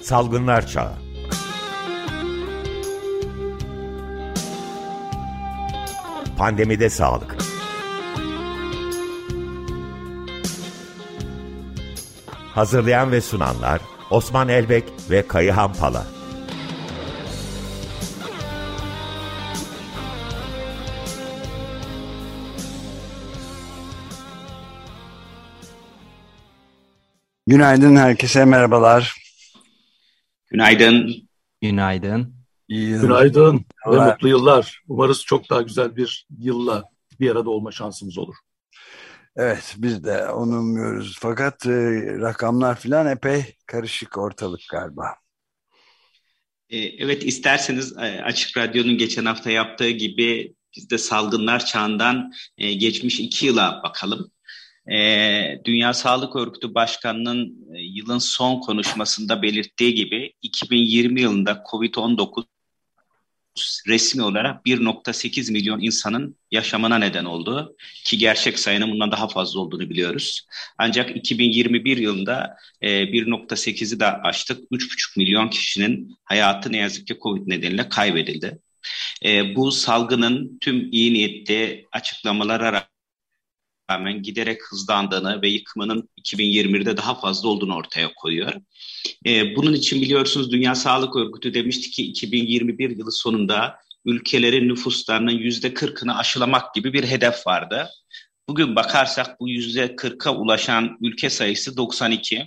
Salgınlar Çağı. Pandemide sağlık. Hazırlayan ve sunanlar Osman Elbek ve Kayıhan Pala. Günaydın herkese, merhabalar. Günaydın. Günaydın. Günaydın ve mutlu yıllar. Umarız çok daha güzel bir yılla bir arada olma şansımız olur. Evet, biz de onu umuyoruz. Fakat rakamlar falan epey karışık ortalık galiba. Evet, isterseniz Açık Radyo'nun geçen hafta yaptığı gibi biz de salgınlar çağından geçmiş 2 yıla bakalım. Dünya Sağlık Örgütü Başkanı'nın yılın son konuşmasında belirttiği gibi 2020 yılında COVID-19 resmi olarak 1,8 milyon insanın yaşamına neden oldu ki gerçek sayının bundan daha fazla olduğunu biliyoruz. Ancak 2021 yılında 1,8'i de aştık. 3,5 milyon kişinin hayatı ne yazık ki COVID nedeniyle kaybedildi. Bu salgının tüm iyi niyetli açıklamalara rağmen giderek hızlandığını ve yıkımının 2021'de daha fazla olduğunu ortaya koyuyor. Bunun için biliyorsunuz Dünya Sağlık Örgütü demişti ki 2021 yılı sonunda ülkelerin nüfuslarının %40'ını aşılamak gibi bir hedef vardı. Bugün bakarsak bu %40'a ulaşan ülke sayısı 92.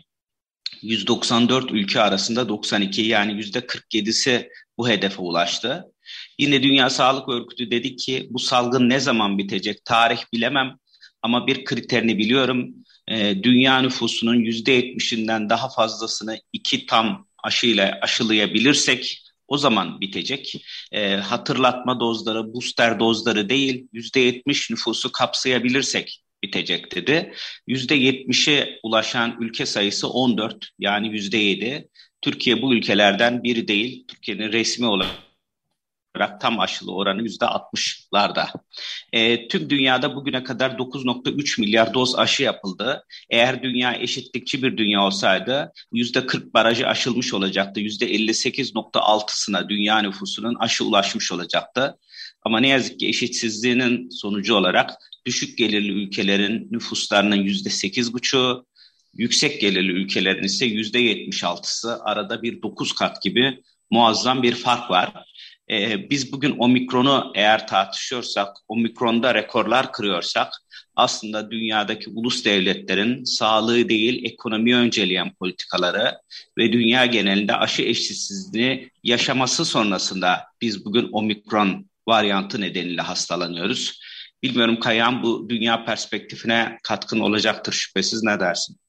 194 ülke arasında 92, yani %47'si bu hedefe ulaştı. Yine Dünya Sağlık Örgütü dedi ki bu salgın ne zaman bitecek tarih bilemem ama bir kriterini biliyorum. Dünya nüfusunun %70'inden daha fazlasını 2 tam aşıyla aşılayabilirsek o zaman bitecek. Hatırlatma dozları, booster dozları değil, %70 nüfusu kapsayabilirsek bitecek dedi. %70'e ulaşan ülke sayısı 14, yani %7. Türkiye bu ülkelerden biri değil. Türkiye'nin resmi olarak tam aşılı oranı %60'larda. Tüm dünyada bugüne kadar 9,3 milyar doz aşı yapıldı. Eğer dünya eşitlikçi bir dünya olsaydı %40 barajı aşılmış olacaktı. %58,6'sına dünya nüfusunun aşı ulaşmış olacaktı. Ama ne yazık ki eşitsizliğinin sonucu olarak düşük gelirli ülkelerin nüfuslarının %8,5'u, yüksek gelirli ülkelerin ise %76'sı, arada bir 9 kat gibi muazzam bir fark var. Biz bugün Omikron'u eğer tartışıyorsak, Omikron'da rekorlar kırıyorsak aslında dünyadaki ulus devletlerin sağlığı değil ekonomiyi önceleyen politikaları ve dünya genelinde aşı eşitsizliğini yaşaması sonrasında biz bugün Omikron varyantı nedeniyle hastalanıyoruz. Bilmiyorum Kayhan, bu dünya perspektifine katkın olacaktır şüphesiz, ne dersin?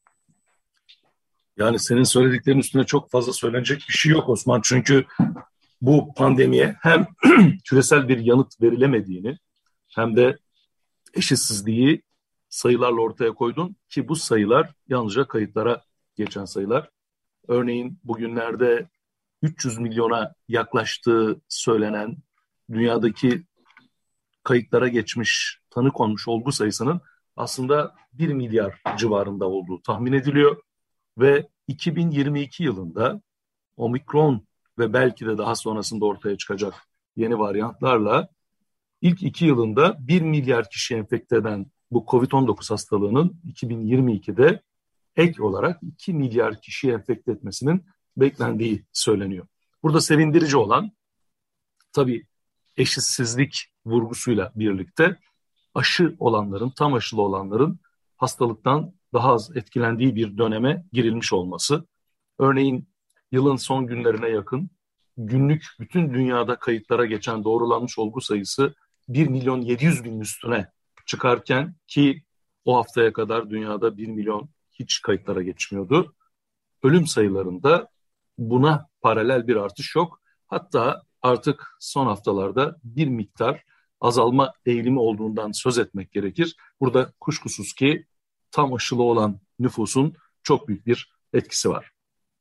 Yani senin söylediklerin üstüne çok fazla söylenecek bir şey yok Osman. Çünkü bu pandemiye hem küresel bir yanıt verilemediğini hem de eşitsizliği sayılarla ortaya koydun ki bu sayılar yalnızca kayıtlara geçen sayılar. Örneğin bugünlerde 300 milyona yaklaştığı söylenen dünyadaki kayıtlara geçmiş, tanı konmuş olgu sayısının aslında 1 milyar civarında olduğu tahmin ediliyor ve 2022 yılında Omikron ve belki de daha sonrasında ortaya çıkacak yeni varyantlarla ilk 2 yılında 1 milyar kişi enfekte eden bu COVID-19 hastalığının 2022'de ek olarak 2 milyar kişi enfekte etmesinin beklendiği söyleniyor. Burada sevindirici olan tabii eşitsizlik vurgusuyla birlikte aşı olanların, tam aşılı olanların hastalıktan daha az etkilendiği bir döneme girilmiş olması. Örneğin yılın son günlerine yakın günlük bütün dünyada kayıtlara geçen doğrulanmış olgu sayısı 1.700.000'in üstüne çıkarken ki o haftaya kadar dünyada 1 milyon hiç kayıtlara geçmiyordu. Ölüm sayılarında buna paralel bir artış yok. Hatta artık son haftalarda bir miktar azalma eğilimi olduğundan söz etmek gerekir. Burada kuşkusuz ki tam aşılı olan nüfusun çok büyük bir etkisi var.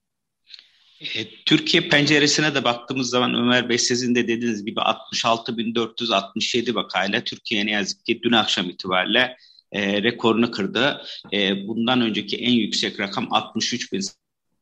Türkiye penceresine de baktığımız zaman Ömer Bey, sizin de dediğiniz gibi 66.467 vakayla Türkiye ne yazık ki dün akşam itibariyle rekorunu kırdı. Bundan önceki en yüksek rakam 63.000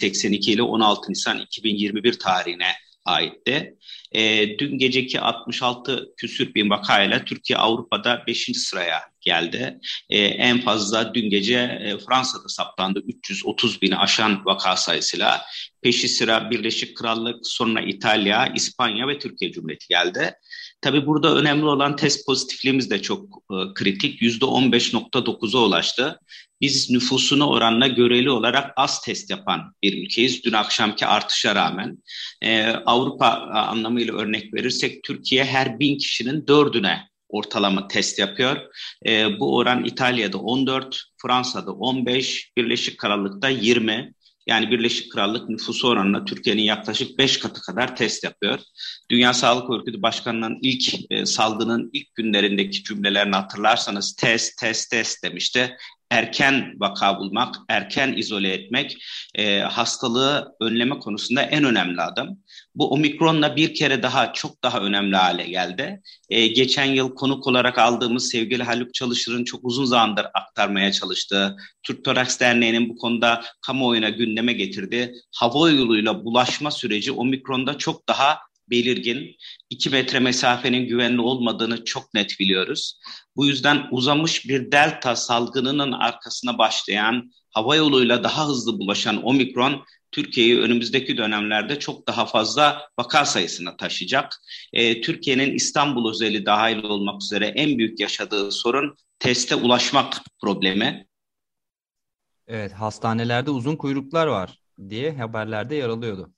82 ile 16 Nisan 2021 tarihine aitti. Dün geceki 66 küsür bin vakayla Türkiye Avrupa'da 5. sıraya geldi. En fazla dün gece Fransa'da saptandı 330 bini aşan vaka sayısıyla. Peşi sıra Birleşik Krallık, sonra İtalya, İspanya ve Türkiye Cumhuriyeti geldi. Tabii burada önemli olan test pozitifliğimiz de çok kritik. %15.9'a ulaştı. Biz nüfusuna oranla göreli olarak az test yapan bir ülkeyiz. Dün akşamki artışa rağmen. Avrupa anlamıyla örnek verirsek Türkiye her 1000 kişinin 4'üne ortalama test yapıyor. Bu oran İtalya'da 14, Fransa'da 15, Birleşik Krallık'ta 20. Yani Birleşik Krallık nüfusu oranına Türkiye'nin yaklaşık 5 katı kadar test yapıyor. Dünya Sağlık Örgütü Başkanı'nın salgının ilk günlerindeki cümlelerini hatırlarsanız test demişti. Erken vaka bulmak, erken izole etmek hastalığı önleme konusunda en önemli adım. Bu omikronla bir kere daha çok daha önemli hale geldi. Geçen yıl konuk olarak aldığımız sevgili Haluk Çalışır'ın çok uzun zamandır aktarmaya çalıştığı, Türk Toraks Derneği'nin bu konuda kamuoyuna gündeme getirdiği hava yoluyla bulaşma süreci omikronda çok daha belirgin. 2 metre mesafenin güvenli olmadığını çok net biliyoruz. Bu yüzden uzamış bir delta salgınının arkasına başlayan, hava yoluyla daha hızlı bulaşan omikron, Türkiye'yi önümüzdeki dönemlerde çok daha fazla vaka sayısına taşıyacak. Türkiye'nin İstanbul özeli dahil olmak üzere en büyük yaşadığı sorun teste ulaşmak problemi. Evet, hastanelerde uzun kuyruklar var diye haberlerde yer alıyordu.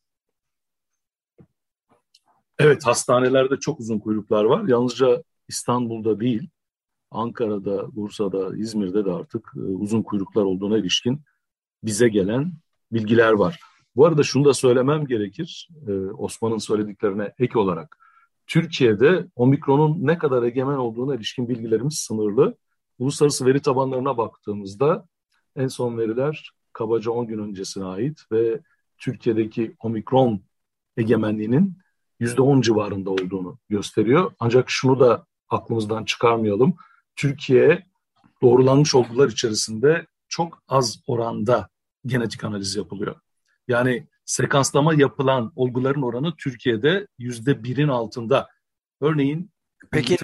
Evet, hastanelerde çok uzun kuyruklar var. Yalnızca İstanbul'da değil, Ankara'da, Bursa'da, İzmir'de de artık uzun kuyruklar olduğuna ilişkin bize gelen bilgiler var. Bu arada şunu da söylemem gerekir, Osman'ın söylediklerine ek olarak. Türkiye'de omikronun ne kadar egemen olduğuna ilişkin bilgilerimiz sınırlı. Uluslararası veri tabanlarına baktığımızda en son veriler kabaca 10 gün öncesine ait ve Türkiye'deki omikron egemenliğinin %10 civarında olduğunu gösteriyor. Ancak şunu da aklımızdan çıkarmayalım. Türkiye doğrulanmış olgular içerisinde çok az oranda genetik analiz yapılıyor. Yani sekanslama yapılan olguların oranı Türkiye'de %1'in altında. Örneğin peki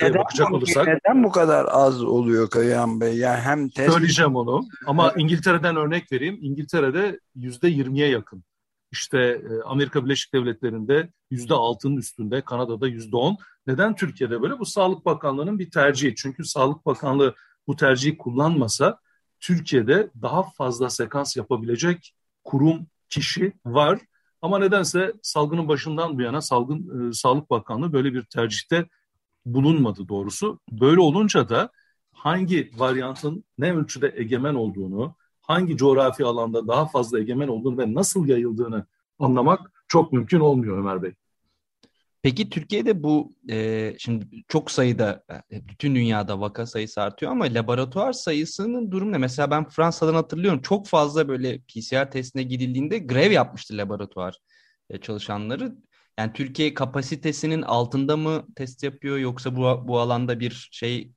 neden bu kadar az oluyor Kayahan Bey? Yani hem test... Söyleyeceğim onu ama İngiltere'den örnek vereyim. İngiltere'de %20'ye yakın. İşte Amerika Birleşik Devletleri'nde %6'nın üstünde, Kanada'da %10. Neden Türkiye'de böyle? Bu Sağlık Bakanlığı'nın bir tercihi. Çünkü Sağlık Bakanlığı bu tercihi kullanmasa Türkiye'de daha fazla sekans yapabilecek kurum, kişi var. Ama nedense salgının başından bu yana Sağlık Bakanlığı böyle bir tercihte bulunmadı doğrusu. Böyle olunca da hangi varyantın ne ölçüde egemen olduğunu, hangi coğrafi alanda daha fazla egemen olduğunu ve nasıl yayıldığını anlamak çok mümkün olmuyor Ömer Bey. Peki Türkiye'de bu şimdi çok sayıda bütün dünyada vaka sayısı artıyor ama laboratuvar sayısının durumu ne? Mesela ben Fransa'dan hatırlıyorum, çok fazla böyle PCR testine gidildiğinde grev yapmıştı laboratuvar çalışanları. Yani Türkiye kapasitesinin altında mı test yapıyor, yoksa bu alanda bir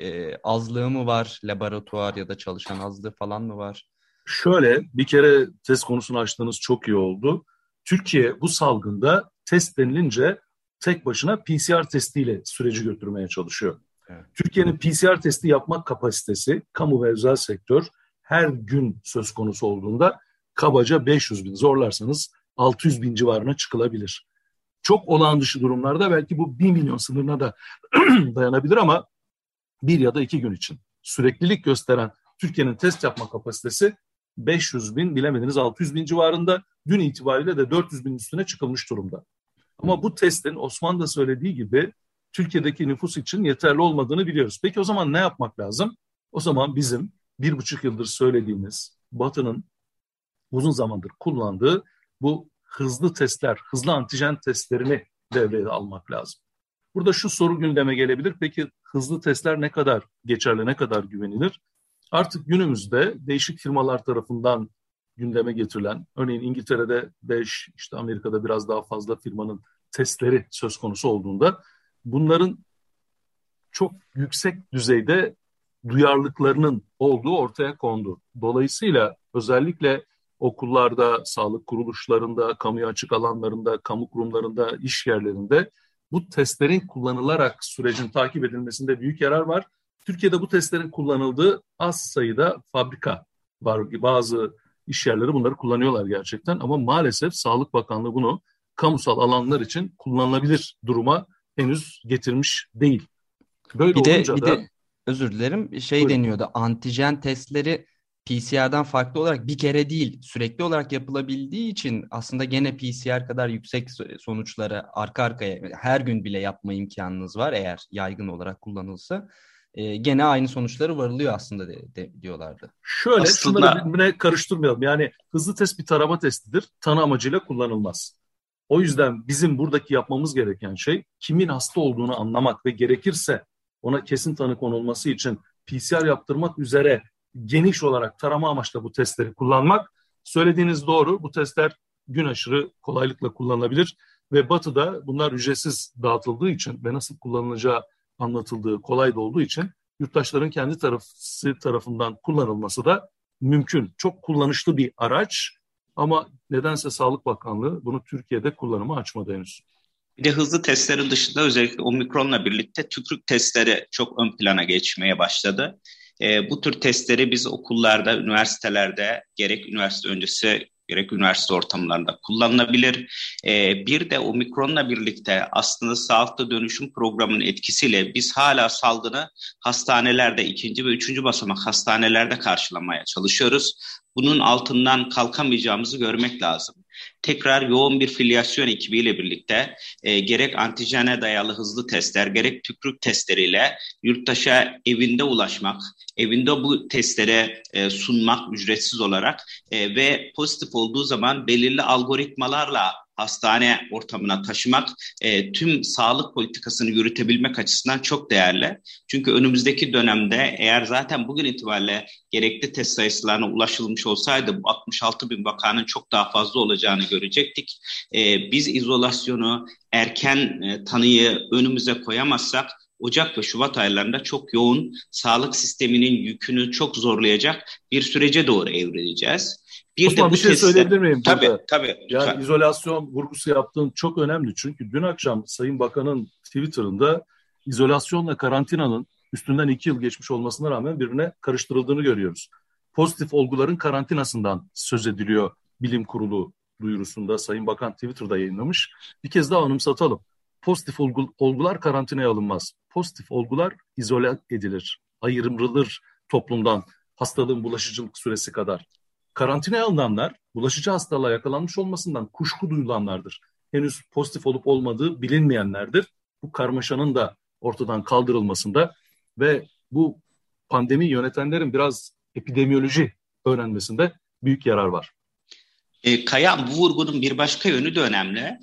azlığı mı var, laboratuvar ya da çalışan azlığı falan mı var? Şöyle, bir kere test konusunu açtığınız çok iyi oldu. Türkiye bu salgında test denilince tek başına PCR testiyle süreci götürmeye çalışıyor. Evet. Türkiye'nin PCR testi yapmak kapasitesi, kamu ve özel sektör her gün söz konusu olduğunda kabaca 500 bin, zorlarsanız 600 bin civarına çıkılabilir. Çok olağan dışı durumlarda belki bu 1 milyon sınırına da dayanabilir ama 1 ya da 2 gün için süreklilik gösteren Türkiye'nin test yapma kapasitesi 500 bin, bilemediniz 600 bin civarında. Dün itibariyle de 400 bin üstüne çıkılmış durumda. Ama bu testin Osman da söylediği gibi Türkiye'deki nüfus için yeterli olmadığını biliyoruz. Peki o zaman ne yapmak lazım? O zaman bizim 1,5 yıldır söylediğimiz, Batı'nın uzun zamandır kullandığı bu hızlı testler, hızlı antijen testlerini devreye almak lazım. Burada şu soru gündeme gelebilir. Peki hızlı testler ne kadar geçerli, ne kadar güvenilir? Artık günümüzde değişik firmalar tarafından gündeme getirilen, örneğin İngiltere'de 5, işte Amerika'da biraz daha fazla firmanın testleri söz konusu olduğunda bunların çok yüksek düzeyde duyarlılıklarının olduğu ortaya kondu. Dolayısıyla özellikle okullarda, sağlık kuruluşlarında, kamuya açık alanlarında, kamu kurumlarında, iş yerlerinde bu testlerin kullanılarak sürecin takip edilmesinde büyük yarar var. Türkiye'de bu testlerin kullanıldığı az sayıda fabrika var. Bazı iş yerleri bunları kullanıyorlar gerçekten ama maalesef Sağlık Bakanlığı bunu kamusal alanlar için kullanılabilir duruma henüz getirmiş değil. Böyle olunca Bir da de özür dilerim buyurun. deniyordu. Antijen testleri PCR'dan farklı olarak bir kere değil sürekli olarak yapılabildiği için aslında gene PCR kadar yüksek sonuçları arka arkaya her gün bile yapma imkanınız var eğer yaygın olarak kullanılsa. Gene aynı sonuçları varılıyor aslında diyorlardı. Şöyle Aslında şunları birbirine karıştırmayalım. Yani hızlı test bir tarama testidir. Tanı amacıyla kullanılmaz. O yüzden bizim buradaki yapmamız gereken şey kimin hasta olduğunu anlamak ve gerekirse ona kesin tanı konulması için PCR yaptırmak üzere geniş olarak tarama amaçlı bu testleri kullanmak. Söylediğiniz doğru. Bu testler gün aşırı kolaylıkla kullanılabilir ve Batı'da bunlar ücretsiz dağıtıldığı için ve nasıl kullanılacağı anlatıldığı kolay da olduğu için yurttaşların kendi tarafından kullanılması da mümkün. Çok kullanışlı bir araç ama nedense Sağlık Bakanlığı bunu Türkiye'de kullanıma açmadı henüz. bir de hızlı testlerin dışında özellikle omikronla birlikte tükürük testleri çok ön plana geçmeye başladı. Bu tür testleri biz okullarda, üniversitelerde gerek üniversite öncesi gerek üniversite ortamlarında kullanılabilir. Bir de omikronla birlikte aslında sağlıklı dönüşüm programının etkisiyle biz hala salgını hastanelerde, 2. ve 3. basamak hastanelerde karşılamaya çalışıyoruz. Bunun altından kalkamayacağımızı görmek lazım. Tekrar yoğun bir filyasyon ekibiyle birlikte gerek antijene dayalı hızlı testler, gerek tükürük testleriyle yurttaşa evinde ulaşmak, evinde bu testlere sunmak ücretsiz olarak ve pozitif olduğu zaman belirli algoritmalarla hastane ortamına taşımak tüm sağlık politikasını yürütebilmek açısından çok değerli. Çünkü önümüzdeki dönemde eğer zaten bugün itibariyle gerekli test sayılarına ulaşılmış olsaydı bu 66 bin vakanın çok daha fazla olacağını görecektik. Biz izolasyonu, erken tanıyı önümüze koyamazsak Ocak ve Şubat aylarında çok yoğun sağlık sisteminin yükünü çok zorlayacak bir sürece doğru evrileceğiz. Osman bir şey söyleyebilir miyim? Tabii. Yani izolasyon vurgusu yaptığın çok önemli. Çünkü dün akşam Sayın Bakan'ın Twitter'ında izolasyonla karantinanın üstünden 2 yıl geçmiş olmasına rağmen birbirine karıştırıldığını görüyoruz. Pozitif olguların karantinasından söz ediliyor Bilim Kurulu duyurusunda Sayın Bakan Twitter'da yayınlamış. Bir kez daha anımsatalım. Pozitif olgular karantinaya alınmaz. Pozitif olgular izole edilir, ayrılır toplumdan hastalığın bulaşıcılık süresi kadar. Karantinaya alınanlar bulaşıcı hastalığa yakalanmış olmasından kuşku duyulanlardır. Henüz pozitif olup olmadığı bilinmeyenlerdir. Bu karmaşanın da ortadan kaldırılmasında ve bu pandemi yönetenlerin biraz epidemiyoloji öğrenmesinde büyük yarar var. Kaya, bu vurgunun bir başka yönü de önemli.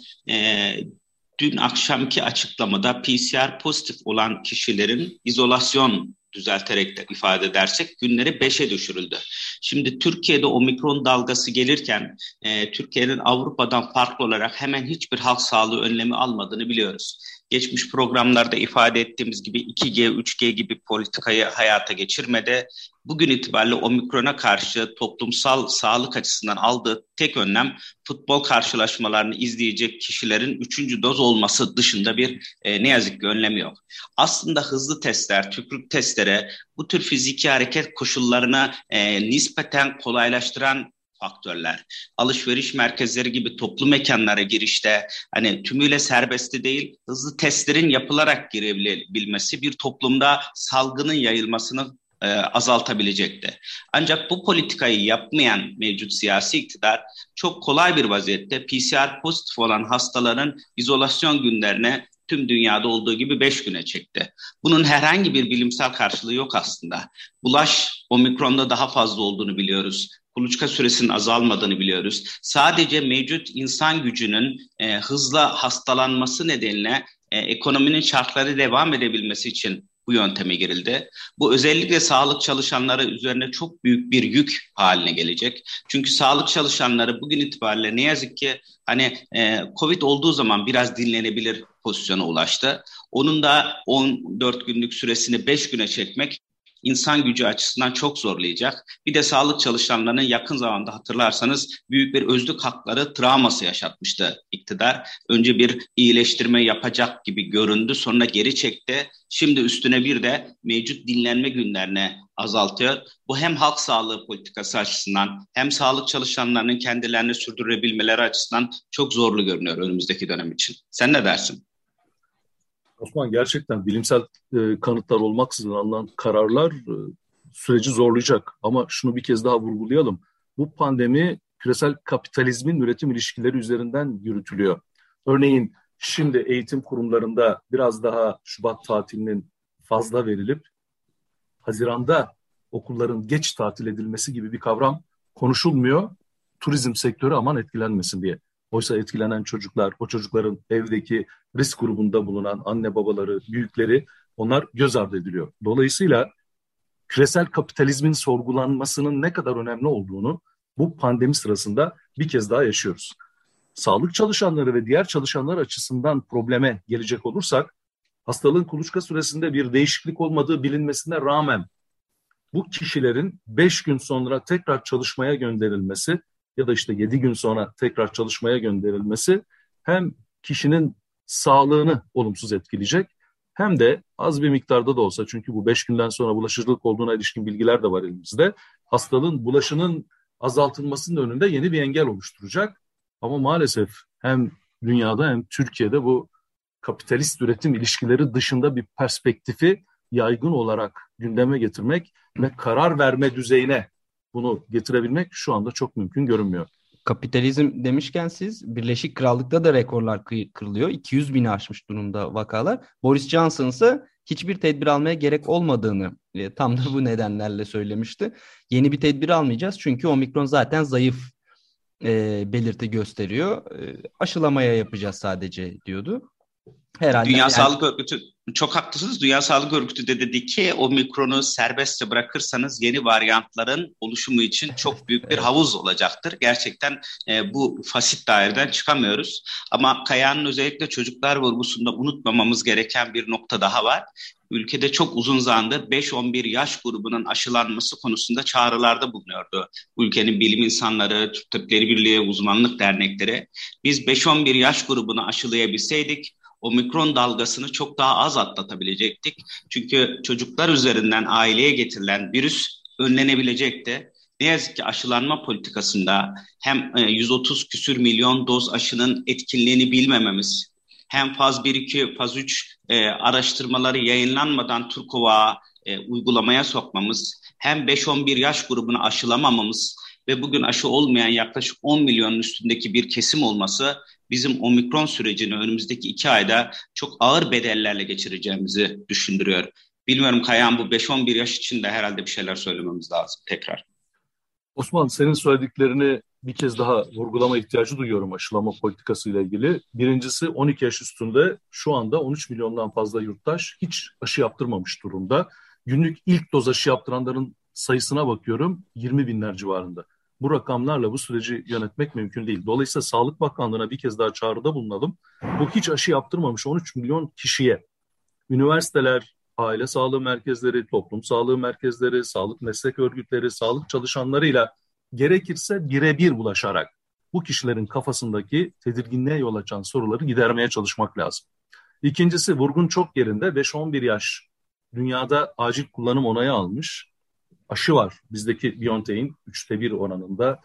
Dün akşamki açıklamada PCR pozitif olan kişilerin izolasyon düzelterek de ifade edersek günleri 5'e düşürüldü. Şimdi Türkiye'de omikron dalgası gelirken Türkiye'nin Avrupa'dan farklı olarak hemen hiçbir halk sağlığı önlemi almadığını biliyoruz. Geçmiş programlarda ifade ettiğimiz gibi 2G, 3G gibi politikayı hayata geçirmedi. Bugün itibariyle omikrona karşı toplumsal sağlık açısından aldığı tek önlem futbol karşılaşmalarını izleyecek kişilerin 3. doz olması dışında bir ne yazık ki önlemi yok. Aslında hızlı testler, tükürük testlere bu tür fiziki hareket koşullarını nispeten kolaylaştıran faktörler. Alışveriş merkezleri gibi toplu mekanlara girişte hani tümüyle serbesti değil, hızlı testlerin yapılarak girebilmesi bir toplumda salgının yayılmasını azaltabilecekti. Ancak bu politikayı yapmayan mevcut siyasi iktidar çok kolay bir vaziyette PCR pozitif olan hastaların izolasyon günlerine tüm dünyada olduğu gibi 5 güne çekti. Bunun herhangi bir bilimsel karşılığı yok aslında. Bulaş omikronda daha fazla olduğunu biliyoruz. Kuluçka süresinin azalmadığını biliyoruz. Sadece mevcut insan gücünün hızla hastalanması nedeniyle ekonominin şartları devam edebilmesi için bu yönteme girildi. Bu özellikle sağlık çalışanları üzerine çok büyük bir yük haline gelecek. Çünkü sağlık çalışanları bugün itibariyle ne yazık ki Covid olduğu zaman biraz dinlenebilir pozisyona ulaştı. Onun da 14 günlük süresini 5 güne çekmek insan gücü açısından çok zorlayacak. Bir de sağlık çalışanlarının yakın zamanda hatırlarsanız büyük bir özlük hakları travması yaşatmıştı iktidar. Önce bir iyileştirme yapacak gibi göründü, sonra geri çekti. Şimdi üstüne bir de mevcut dinlenme günlerini azaltıyor. Bu hem halk sağlığı politikası açısından hem sağlık çalışanlarının kendilerini sürdürebilmeleri açısından çok zorlu görünüyor önümüzdeki dönem için. Sen ne dersin? Osman, gerçekten bilimsel kanıtlar olmaksızın alınan kararlar süreci zorlayacak. Ama şunu bir kez daha vurgulayalım. Bu pandemi küresel kapitalizmin üretim ilişkileri üzerinden yürütülüyor. Örneğin şimdi eğitim kurumlarında biraz daha Şubat tatilinin fazla verilip Haziran'da okulların geç tatil edilmesi gibi bir kavram konuşulmuyor. Turizm sektörü aman etkilenmesin diye. Oysa etkilenen çocuklar, o çocukların evdeki risk grubunda bulunan anne babaları, büyükleri, onlar göz ardı ediliyor. Dolayısıyla küresel kapitalizmin sorgulanmasının ne kadar önemli olduğunu bu pandemi sırasında bir kez daha yaşıyoruz. Sağlık çalışanları ve diğer çalışanlar açısından probleme gelecek olursak, hastalığın kuluçka süresinde bir değişiklik olmadığı bilinmesine rağmen bu kişilerin 5 gün sonra tekrar çalışmaya gönderilmesi ya da işte 7 gün sonra tekrar çalışmaya gönderilmesi hem kişinin sağlığını olumsuz etkileyecek hem de az bir miktarda da olsa, çünkü bu 5 günden sonra bulaşıcılık olduğuna ilişkin bilgiler de var elimizde, hastalığın bulaşının azaltılmasının önünde yeni bir engel oluşturacak. Ama maalesef hem dünyada hem Türkiye'de bu kapitalist üretim ilişkileri dışında bir perspektifi yaygın olarak gündeme getirmek ve karar verme düzeyine bunu getirebilmek şu anda çok mümkün görünmüyor. Kapitalizm demişken siz, Birleşik Krallık'ta da rekorlar kırılıyor. 200 bini aşmış durumda vakalar. Boris Johnson ise hiçbir tedbir almaya gerek olmadığını tam da bu nedenlerle söylemişti. Yeni bir tedbir almayacağız çünkü omikron zaten zayıf belirti gösteriyor. Aşılamaya yapacağız sadece diyordu. Herhalde Dünya Sağlık Örgütü, çok haklısınız. Dünya Sağlık Örgütü de dedi ki omikronu serbestçe bırakırsanız yeni varyantların oluşumu için çok büyük bir havuz olacaktır. Gerçekten bu fasit daireden çıkamıyoruz. Ama Kaya'nın özellikle çocuklar vurgusunda unutmamamız gereken bir nokta daha var. Ülkede çok uzun zamandır 5-11 yaş grubunun aşılanması konusunda çağrılarda bulunuyordu. Ülkenin bilim insanları, Türk Tabipleri Birliği, uzmanlık dernekleri. Biz 5-11 yaş grubunu aşılayabilseydik omikron dalgasını çok daha az atlatabilecektik. Çünkü çocuklar üzerinden aileye getirilen virüs önlenebilecekti. Ne yazık ki aşılanma politikasında hem 130 küsür milyon doz aşının etkinliğini bilmememiz, hem faz 1-2, faz 3 araştırmaları yayınlanmadan Turkuva'a uygulamaya sokmamız, hem 5-11 yaş grubunu aşılamamamız ve bugün aşı olmayan yaklaşık 10 milyonun üstündeki bir kesim olması bizim omikron sürecini önümüzdeki 2 ayda çok ağır bedellerle geçireceğimizi düşündürüyor. Bilmiyorum Kayahan, bu 5-11 yaş için de herhalde bir şeyler söylememiz lazım tekrar. Osman, senin söylediklerini bir kez daha vurgulama ihtiyacı duyuyorum aşılama politikası ile ilgili. Birincisi, 12 yaş üstünde şu anda 13 milyondan fazla yurttaş hiç aşı yaptırmamış durumda. Günlük ilk doz aşı yaptıranların sayısına bakıyorum, 20 binler civarında. Bu rakamlarla bu süreci yönetmek mümkün değil. Dolayısıyla Sağlık Bakanlığı'na bir kez daha çağrıda bulunalım. Bu hiç aşı yaptırmamış 13 milyon kişiye üniversiteler, aile sağlığı merkezleri, toplum sağlığı merkezleri, sağlık meslek örgütleri, sağlık çalışanlarıyla gerekirse birebir bulaşarak bu kişilerin kafasındaki tedirginliğe yol açan soruları gidermeye çalışmak lazım. İkincisi, vurgun çok yerinde. 5-11 yaş dünyada acil kullanım onayı almış aşı var. Bizdeki BioNTech'in 1/3 oranında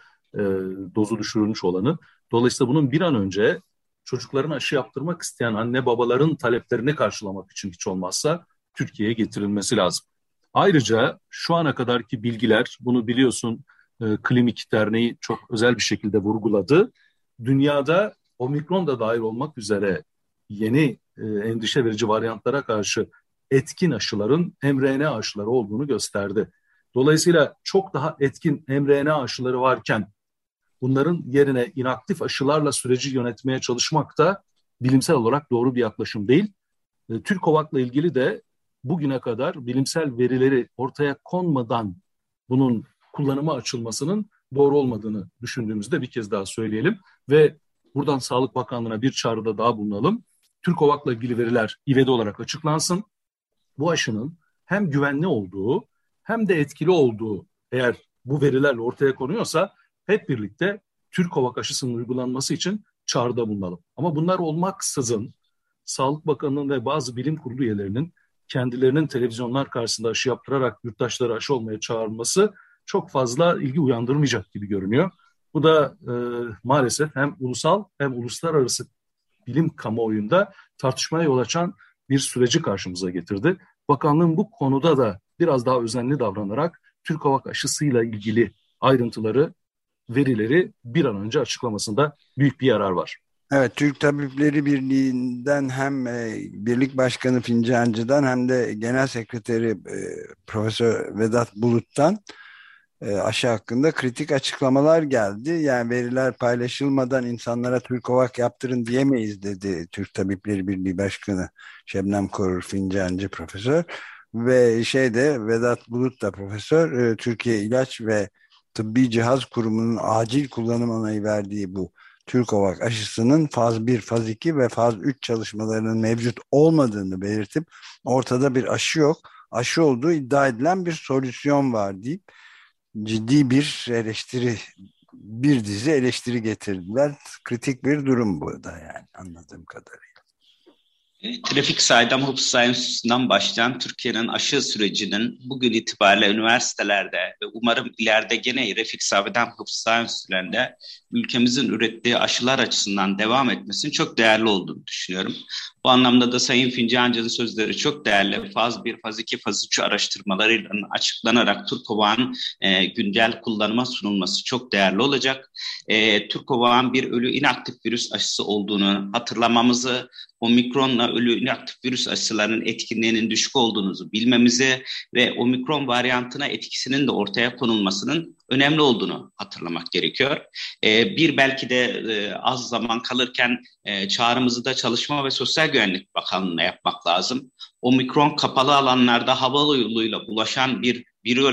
dozu düşürülmüş olanı. Dolayısıyla bunun bir an önce çocukların aşı yaptırmak isteyen anne babaların taleplerini karşılamak için hiç olmazsa Türkiye'ye getirilmesi lazım. Ayrıca şu ana kadarki bilgiler, bunu biliyorsun, Klinik Derneği çok özel bir şekilde vurguladı. Dünyada omikron da dahil olmak üzere yeni endişe verici varyantlara karşı etkin aşıların mRNA aşıları olduğunu gösterdi. Dolayısıyla çok daha etkin mRNA aşıları varken bunların yerine inaktif aşılarla süreci yönetmeye çalışmak da bilimsel olarak doğru bir yaklaşım değil. TÜRKOVAK'la ilgili de bugüne kadar bilimsel verileri ortaya konmadan bunun kullanıma açılmasının doğru olmadığını düşündüğümüzde bir kez daha söyleyelim. Ve buradan Sağlık Bakanlığı'na bir çağrıda daha bulunalım. TÜRKOVAK'la ilgili veriler ivedi olarak açıklansın. Bu aşının hem güvenli olduğu hem de etkili olduğu eğer bu verilerle ortaya konuyorsa hep birlikte Türkovak aşısının uygulanması için çağrıda bulunalım. Ama bunlar olmaksızın Sağlık Bakanı'nın ve bazı bilim kurulu üyelerinin kendilerinin televizyonlar karşısında aşı yaptırarak yurttaşları aşı olmaya çağırması çok fazla ilgi uyandırmayacak gibi görünüyor. Bu da maalesef hem ulusal hem uluslararası bilim kamuoyunda tartışmaya yol açan bir süreci karşımıza getirdi. Bakanlığın bu konuda da biraz daha özenli davranarak Türkovak aşısıyla ilgili ayrıntıları, verileri bir an önce açıklamasında büyük bir yarar var. Evet, Türk Tabipleri Birliği'nden hem Birlik Başkanı Fincancı'dan hem de Genel Sekreteri Profesör Vedat Bulut'tan aşı hakkında kritik açıklamalar geldi. Yani veriler paylaşılmadan insanlara Türkovak yaptırın diyemeyiz dedi Türk Tabipleri Birliği Başkanı Şebnem Korur Fincancı Profesör. Ve Vedat Bulut da Profesör, Türkiye İlaç ve Tıbbi Cihaz Kurumu'nun acil kullanım onayı verdiği bu Türkovak aşısının faz 1, faz 2 ve faz 3 çalışmalarının mevcut olmadığını belirtip ortada bir aşı yok, aşı olduğu iddia edilen bir solüsyon var deyip ciddi bir dizi eleştiri getirdiler. Kritik bir durum bu da, yani anladığım kadarıyla. Trafik Saydam Hıfzı Say Enstitüsü'nden başlayan Türkiye'nin aşı sürecinin bugün itibariyle üniversitelerde ve umarım ileride gene Refik Saydam Hıfzı Say Enstitüsü'nde ülkemizin ürettiği aşılar açısından devam etmesinin çok değerli olduğunu düşünüyorum. Bu anlamda da Sayın Fincancı'nın sözleri çok değerli. Faz 1, faz 2, faz 3 araştırmalarıyla açıklanarak Türkovak'ın güncel kullanıma sunulması çok değerli olacak. Türkovak'ın bir ölü inaktif virüs aşısı olduğunu hatırlamamızı, omikronla ölü inaktif virüs aşılarının etkinliğinin düşük olduğunu bilmemizi ve omikron varyantına etkisinin de ortaya konulmasının önemli olduğunu hatırlamak gerekiyor. Bir belki de az zaman kalırken çağrımızı da Çalışma ve Sosyal Güvenlik Bakanlığı'na yapmak lazım. Omikron kapalı alanlarda hava yoluyla bulaşan bir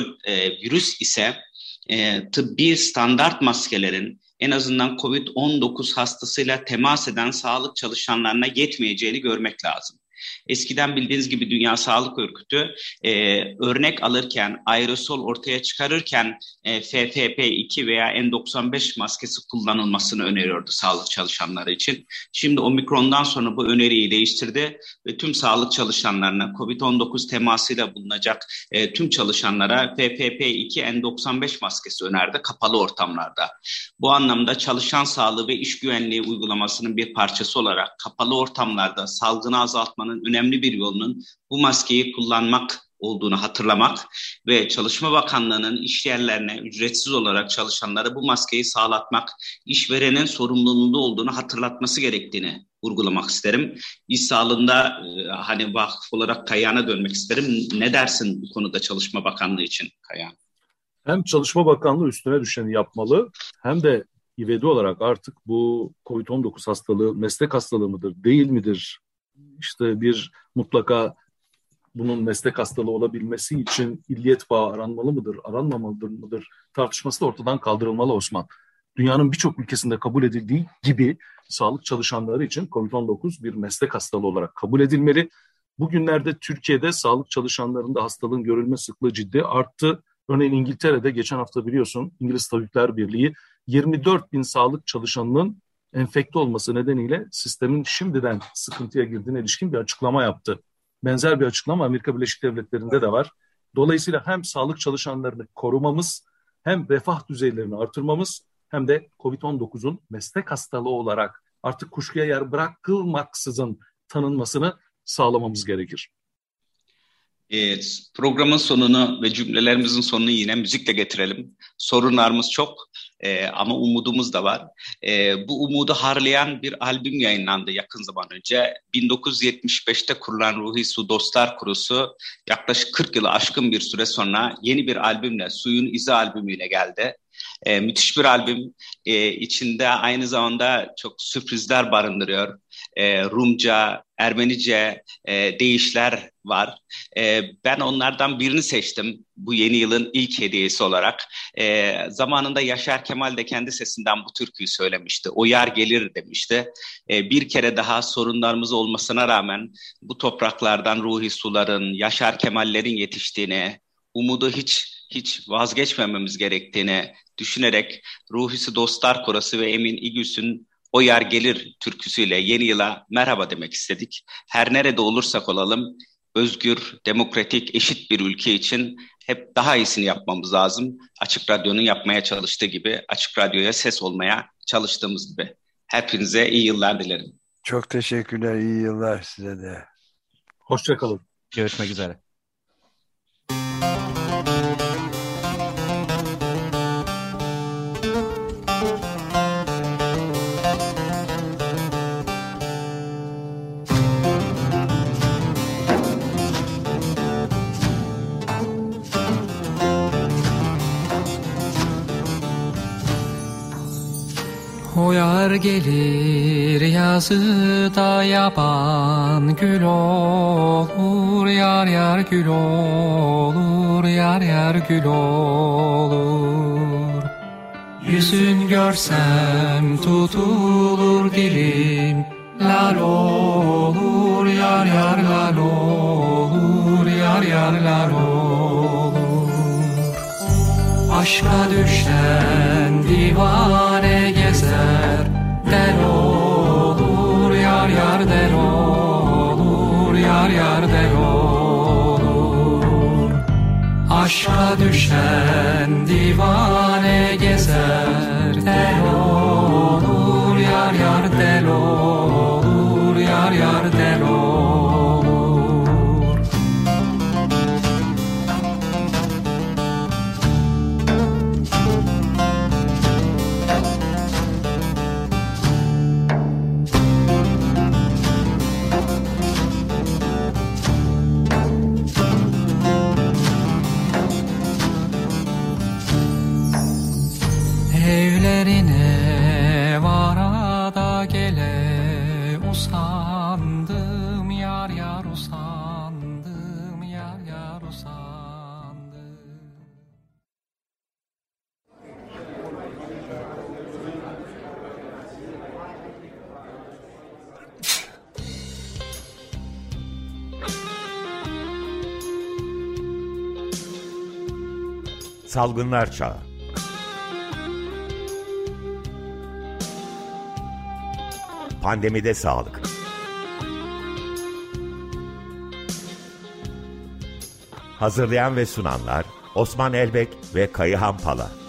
virüs ise tıbbi standart maskelerin en azından COVID-19 hastasıyla temas eden sağlık çalışanlarına yetmeyeceğini görmek lazım. Eskiden bildiğiniz gibi Dünya Sağlık Örgütü örnek alırken, aerosol ortaya çıkarırken FFP2 veya N95 maskesi kullanılmasını öneriyordu sağlık çalışanları için. Şimdi omikrondan sonra bu öneriyi değiştirdi ve tüm sağlık çalışanlarına COVID-19 temasıyla bulunacak tüm çalışanlara FFP2 N95 maskesi önerdi kapalı ortamlarda. Bu anlamda çalışan sağlığı ve iş güvenliği uygulamasının bir parçası olarak kapalı ortamlarda salgını azaltmanın önemli bir yolunun bu maskeyi kullanmak olduğunu hatırlamak ve Çalışma Bakanlığı'nın iş yerlerine ücretsiz olarak çalışanlara bu maskeyi sağlatmak, işverenin sorumluluğunda olduğunu hatırlatması gerektiğini vurgulamak isterim. İş sağlığında vakıf olarak Kayahan'a dönmek isterim. Ne dersin bu konuda Çalışma Bakanlığı için Kayahan? Hem Çalışma Bakanlığı üstüne düşeni yapmalı hem de ivedi olarak artık bu COVID-19 hastalığı meslek hastalığı mıdır, değil midir? İşte bir mutlaka bunun meslek hastalığı olabilmesi için illiyet bağı aranmalı mıdır, aranmamalı mıdır tartışması da ortadan kaldırılmalı Osman. Dünyanın birçok ülkesinde kabul edildiği gibi sağlık çalışanları için COVID-19 bir meslek hastalığı olarak kabul edilmeli. Bugünlerde Türkiye'de sağlık çalışanlarında hastalığın görülme sıklığı ciddi arttı. Örneğin İngiltere'de geçen hafta biliyorsun İngiliz Tabipler Birliği 24 bin sağlık çalışanının enfekte olması nedeniyle sistemin şimdiden sıkıntıya girdiğine ilişkin bir açıklama yaptı. Benzer bir açıklama Amerika Birleşik Devletleri'nde de var. Dolayısıyla hem sağlık çalışanlarını korumamız, hem refah düzeylerini artırmamız, hem de COVID-19'un meslek hastalığı olarak artık kuşkuya yer bırakılmaksızın tanınmasını sağlamamız gerekir. Programın sonunu ve cümlelerimizin sonunu yine müzikle getirelim. Sorunlarımız çok ama umudumuz da var. Bu umudu harlayan bir albüm yayınlandı yakın zaman önce. 1975'te kurulan Ruhi Su Dostlar Kurusu yaklaşık 40 yılı aşkın bir süre sonra yeni bir albümle, Suyun İzi albümüyle geldi. Müthiş bir albüm. İçinde aynı zamanda çok sürprizler barındırıyor. Rumca, Ermenice deyişler var. Ben onlardan birini seçtim bu yeni yılın ilk hediyesi olarak. Zamanında Yaşar Kemal de kendi sesinden bu türküyü söylemişti. O yar gelir demişti. Bir kere daha sorunlarımız olmasına rağmen bu topraklardan Ruhi Suların, Yaşar Kemal'lerin yetiştiğini, umudu hiç vazgeçmememiz gerektiğini düşünerek Ruhisi Dostlar Korosu ve Emin İgüs'ün O Yer Gelir türküsüyle yeni yıla merhaba demek istedik. Her nerede olursak olalım özgür, demokratik, eşit bir ülke için hep daha iyisini yapmamız lazım. Açık Radyo'nun yapmaya çalıştığı gibi, Açık Radyo'ya ses olmaya çalıştığımız gibi. Hepinize iyi yıllar dilerim. Çok teşekkürler, iyi yıllar size de. Hoşça kalın. Görüşmek üzere. O yar gelir yazıda yaban gül olur, yar yar gül olur, yar yar gül olur. Yüzün görsem tutulur dilim, lal olur, yar yar lal olur, yar yar lal olur. Aşka düşen divane gezer, del olur, yar yar del olur, yar yar del olur. Aşka düşen divane gezer, del olur, yar yar del olur, yar yar del olur. Evlerine varada gele usandım, yar yar usandım, yar yar usandım. Salgınlar Çağı. Pandemide sağlık. Hazırlayan ve sunanlar Osman Elbek ve Kayıhan Pala.